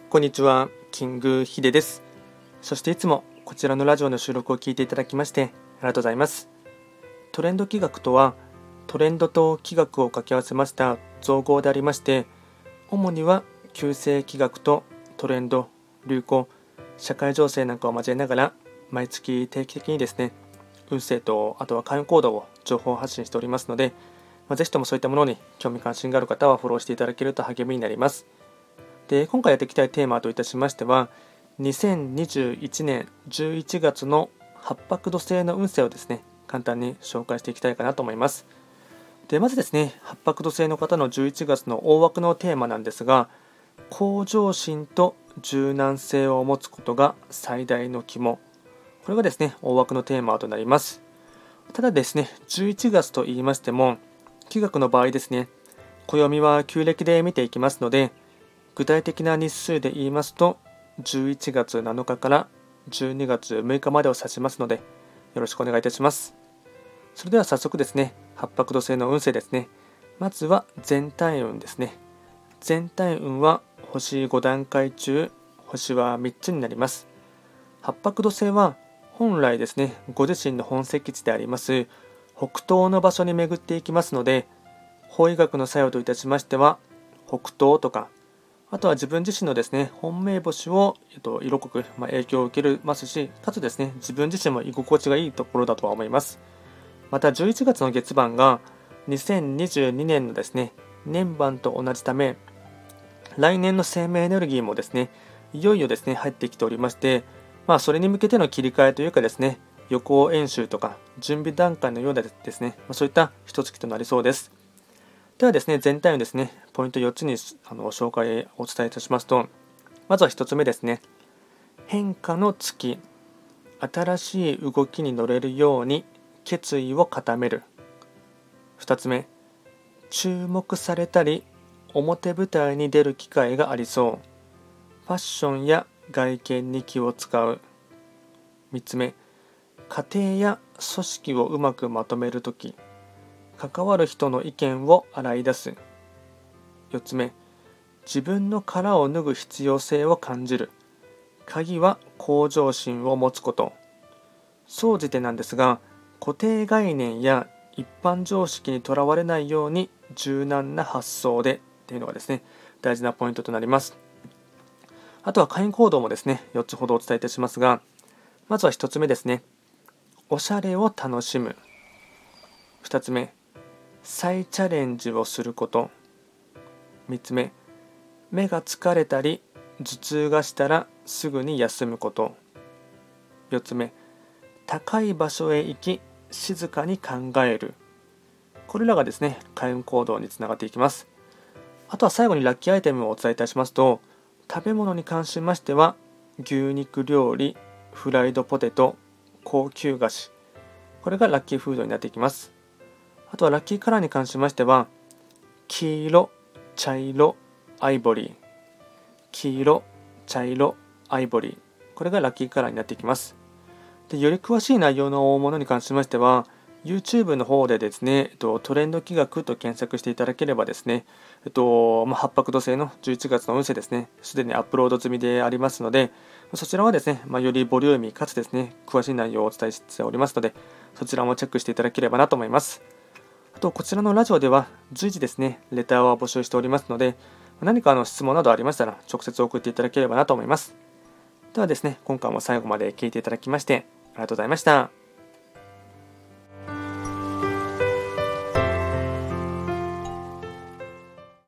こんにちは、キングヒデです。そしていつもこちらのラジオの収録を聞いていただきましてありがとうございます。トレンド企画とは、トレンドと企画を掛け合わせました造語でありまして、主には旧世企画とトレンド、流行、社会情勢なんかを交えながら、毎月定期的にですね、運勢とあとは会員行動を情報発信しておりますので、ぜひともそういったものに興味関心がある方はフォローしていただけると励みになります。で、今回やっていきたいテーマといたしましては、2021年11月の八白土星の運勢をですね、簡単に紹介していきたいかなと思います。で、まずですね、八白土星の方の11月の大枠のテーマなんですが、向上心と柔軟性を持つことが最大の肝。これがですね、大枠のテーマとなります。ただですね、11月と言いましても、気学の場合ですね、暦は旧暦で見ていきますので、具体的な日数で言いますと、11月7日から12月6日までを指しますので、よろしくお願いいたします。それでは早速ですね、八白土星の運勢ですね。まずは全体運ですね。全体運は星5段階中、星は3つになります。八白土星は本来ですね、ご自身の本石地であります北東の場所に巡っていきますので、法医学の作用といたしましては、北東とか、あとは自分自身のですね、本命星を、色濃く、影響を受けますし、かつですね、自分自身も居心地がいいところだとは思います。また11月の月番が2022年のですね、年番と同じため、来年の生命エネルギーもですね、いよいよですね、入ってきておりまして、それに向けての切り替えというかですね、予行演習とか準備段階のようなですね、そういった一月となりそうです。ではですね、全体のですね、ポイント4つに紹介をお伝えいたしますと、まずは1つ目ですね、変化の月、新しい動きに乗れるように決意を固める。2つ目、注目されたり表舞台に出る機会がありそう。ファッションや外見に気を使う。3つ目、家庭や組織をうまくまとめるとき、関わる人の意見を洗い出す。4つ目、自分の殻を脱ぐ必要性を感じる。鍵は向上心を持つこと。総じてなんですが、固定概念や一般常識にとらわれないように柔軟な発想でっていうのがですね、大事なポイントとなります。あとは会員行動もですね、4つほどお伝えいたしますが、まずは1つ目ですね、おしゃれを楽しむ。2つ目、再チャレンジをすること。3つ目、目が疲れたり頭痛がしたらすぐに休むこと。4つ目、高い場所へ行き静かに考える。これらがですね、開運行動につながっていきます。あとは最後にラッキーアイテムをお伝えいたしますと、食べ物に関しましては牛肉料理、フライドポテト、高級菓子、これがラッキーフードになっていきます。あとはラッキーカラーに関しましては黄色、茶色、アイボリー、黄色、茶色、アイボリー、これがラッキーカラーになっていきます。で、より詳しい内容のものに関しましては YouTube の方でですね、トレンド企画と検索していただければですね、八白土星の11月の運勢ですね、すでにアップロード済みでありますので、そちらはですね、よりボリューミーかつですね、詳しい内容をお伝えしておりますので、そちらもチェックしていただければなと思います。あと、こちらのラジオでは随時ですね、レターを募集しておりますので、何か質問などありましたら直接送っていただければなと思います。ではですね、今回も最後まで聞いていただきましてありがとうございました。